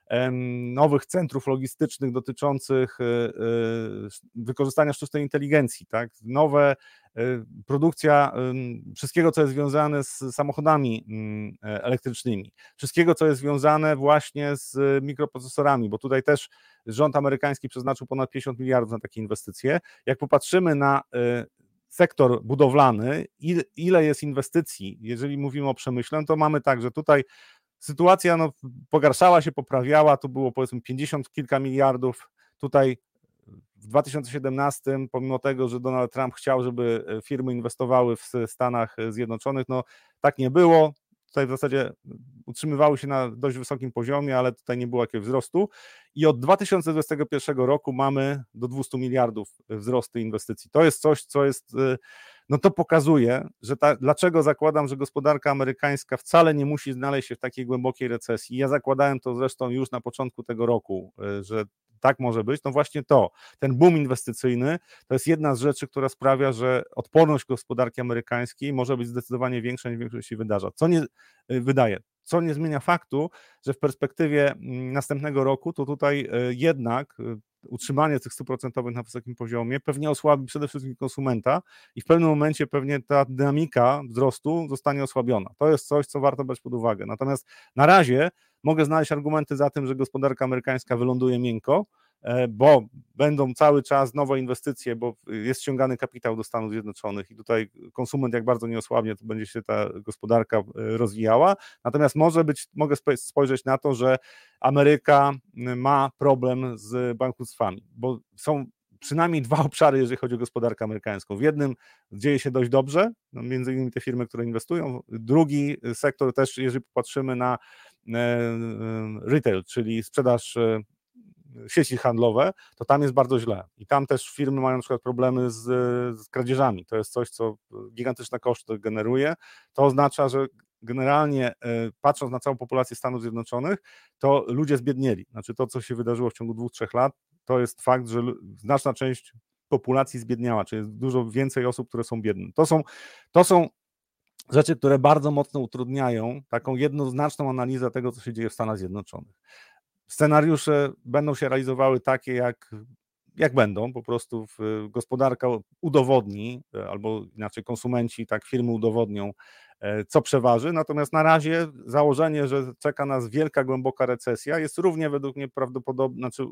nowych centrów logistycznych dotyczących wykorzystania sztucznej inteligencji, tak? Nowe produkcja wszystkiego, co jest związane z samochodami elektrycznymi, wszystkiego, co jest związane właśnie z mikroprocesorami, bo tutaj też rząd amerykański przeznaczył ponad pięćdziesiąt miliardów na takie inwestycje. Jak popatrzymy na sektor budowlany, ile jest inwestycji, jeżeli mówimy o przemyśle, to mamy tak, że tutaj sytuacja no, pogarszała się, poprawiała, tu było powiedzmy pięćdziesiąt kilka miliardów, tutaj w dwa tysiące siedemnastym, pomimo tego, że Donald Trump chciał, żeby firmy inwestowały w Stanach Zjednoczonych, no tak nie było, tutaj w zasadzie utrzymywały się na dość wysokim poziomie, ale tutaj nie było jakiegoś wzrostu i od dwa tysiące dwudziestego pierwszego roku mamy do dwieście miliardów wzrostu inwestycji. To jest coś, co jest, no to pokazuje, że ta, dlaczego zakładam, że gospodarka amerykańska wcale nie musi znaleźć się w takiej głębokiej recesji. Ja zakładałem to zresztą już na początku tego roku, że tak może być, no właśnie to, ten boom inwestycyjny to jest jedna z rzeczy, która sprawia, że odporność gospodarki amerykańskiej może być zdecydowanie większa niż większość się wydarza, co nie wydaje, co nie zmienia faktu, że w perspektywie następnego roku to tutaj jednak utrzymanie tych stu procent na wysokim poziomie pewnie osłabi przede wszystkim konsumenta i w pewnym momencie pewnie ta dynamika wzrostu zostanie osłabiona. To jest coś, co warto brać pod uwagę. Natomiast na razie mogę znaleźć argumenty za tym, że gospodarka amerykańska wyląduje miękko, bo będą cały czas nowe inwestycje, bo jest ściągany kapitał do Stanów Zjednoczonych i tutaj konsument jak bardzo nie osłabnie, to będzie się ta gospodarka rozwijała. Natomiast może być, mogę spojrzeć na to, że Ameryka ma problem z bankructwami, bo są przynajmniej dwa obszary, jeżeli chodzi o gospodarkę amerykańską. W jednym dzieje się dość dobrze, no między innymi te firmy, które inwestują. Drugi sektor też, jeżeli popatrzymy na retail, czyli sprzedaż sieci handlowe, to tam jest bardzo źle. I tam też firmy mają na przykład problemy z, z kradzieżami. To jest coś, co gigantyczne koszty generuje. To oznacza, że generalnie patrząc na całą populację Stanów Zjednoczonych, to ludzie zbiednieli. Znaczy to, co się wydarzyło w ciągu dwóch, trzech lat, to jest fakt, że znaczna część populacji zbiedniała, czyli jest dużo więcej osób, które są biedne. To są, to są rzeczy, które bardzo mocno utrudniają taką jednoznaczną analizę tego, co się dzieje w Stanach Zjednoczonych. Scenariusze będą się realizowały takie, jak, jak będą, po prostu w, gospodarka udowodni, albo inaczej konsumenci, tak firmy udowodnią, co przeważy, natomiast na razie założenie, że czeka nas wielka, głęboka recesja jest równie według mnie prawdopodobne, znaczy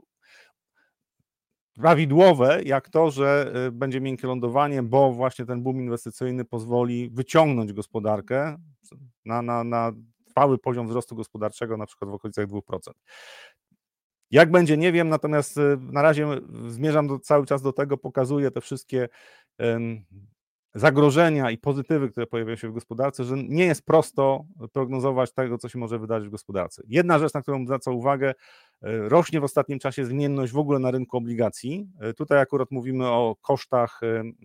prawidłowe, jak to, że będzie miękkie lądowanie, bo właśnie ten boom inwestycyjny pozwoli wyciągnąć gospodarkę na, na, na trwały poziom wzrostu gospodarczego, na przykład w okolicach dwóch procent. Jak będzie, nie wiem, natomiast na razie zmierzam do, cały czas do tego, pokazuję te wszystkie um, zagrożenia i pozytywy, które pojawiają się w gospodarce, że nie jest prosto prognozować tego, co się może wydarzyć w gospodarce. Jedna rzecz, na którą zwracam uwagę, rośnie w ostatnim czasie zmienność w ogóle na rynku obligacji. Tutaj akurat mówimy o kosztach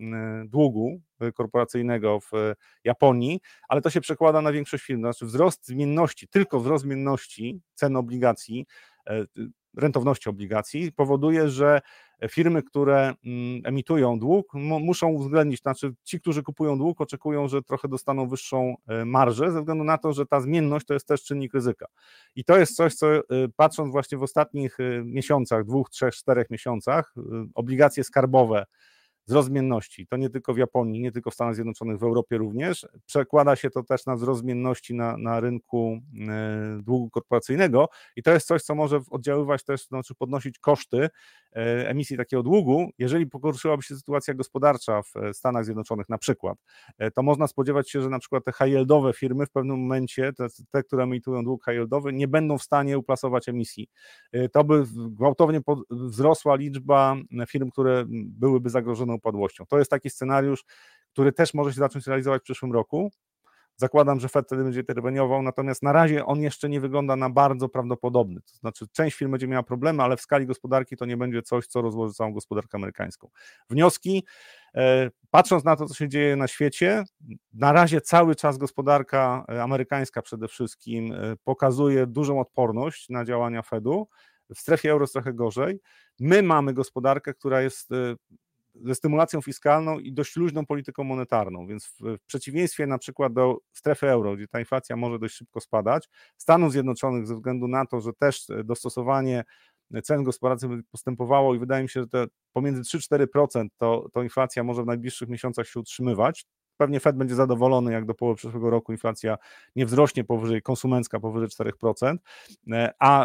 długu korporacyjnego w Japonii, ale to się przekłada na większość firm. Znaczy wzrost zmienności, tylko wzrost zmienności cen obligacji, rentowności obligacji powoduje, że firmy, które emitują dług, muszą uwzględnić, znaczy ci, którzy kupują dług, oczekują, że trochę dostaną wyższą marżę, ze względu na to, że ta zmienność to jest też czynnik ryzyka. I to jest coś, co patrząc właśnie w ostatnich miesiącach, dwóch, trzech, czterech miesiącach, obligacje skarbowe, wzrost zmienności, to nie tylko w Japonii, nie tylko w Stanach Zjednoczonych, w Europie również, przekłada się to też na wzrost zmienności na, na rynku e, długu korporacyjnego i to jest coś, co może oddziaływać też, znaczy podnosić koszty e, emisji takiego długu. Jeżeli pogorszyłaby się sytuacja gospodarcza w Stanach Zjednoczonych na przykład, e, to można spodziewać się, że na przykład te high-yieldowe firmy w pewnym momencie, te, te które emitują dług high-yieldowy, nie będą w stanie uplasować emisji. E, to by gwałtownie pod, wzrosła liczba firm, które byłyby zagrożone upadłością. To jest taki scenariusz, który też może się zacząć realizować w przyszłym roku. Zakładam, że Fed wtedy będzie interweniował, natomiast na razie on jeszcze nie wygląda na bardzo prawdopodobny. To znaczy część firm będzie miała problemy, ale w skali gospodarki to nie będzie coś, co rozłoży całą gospodarkę amerykańską. Wnioski, patrząc na to, co się dzieje na świecie, na razie cały czas gospodarka amerykańska przede wszystkim pokazuje dużą odporność na działania Fedu. W strefie euro jest trochę gorzej. My mamy gospodarkę, która jest ze stymulacją fiskalną i dość luźną polityką monetarną, więc w, w przeciwieństwie na przykład do strefy euro, gdzie ta inflacja może dość szybko spadać, Stanów Zjednoczonych ze względu na to, że też dostosowanie cen gospodarczych postępowało i wydaje mi się, że te pomiędzy trzy do czterech procent to, to inflacja może w najbliższych miesiącach się utrzymywać. Pewnie Fed będzie zadowolony, jak do połowy przyszłego roku inflacja nie wzrośnie powyżej, konsumencka powyżej czterech procent, a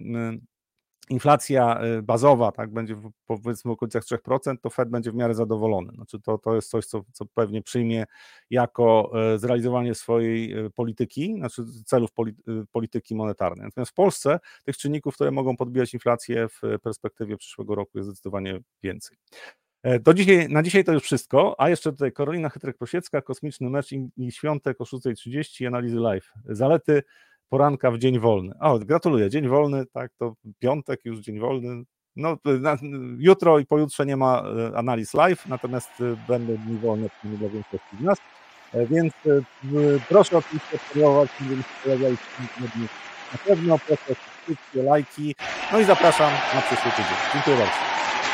inflacja bazowa, tak, będzie powiedzmy w okolicach trzech procent, to Fed będzie w miarę zadowolony. Znaczy to, to jest coś, co, co pewnie przyjmie jako zrealizowanie swojej polityki, znaczy celów polityki monetarnej. Natomiast w Polsce tych czynników, które mogą podbijać inflację w perspektywie przyszłego roku jest zdecydowanie więcej. Do dzisiaj, na dzisiaj to już wszystko, a jeszcze tutaj Karolina Chytrek-Prosiecka, kosmiczny mecz i świątek o szósta trzydzieści, analizy live. Zalety poranka w dzień wolny. O, gratuluję, dzień wolny, tak, to piątek, już dzień wolny. No, na, jutro i pojutrze nie ma analiz live, natomiast będą dni wolne dla większości z nas, więc proszę oczywiście obserwować, będziemy się pojawiali na pewno, proszę o subskrypcje, lajki, no i zapraszam na przyszły tydzień. Dziękuję bardzo.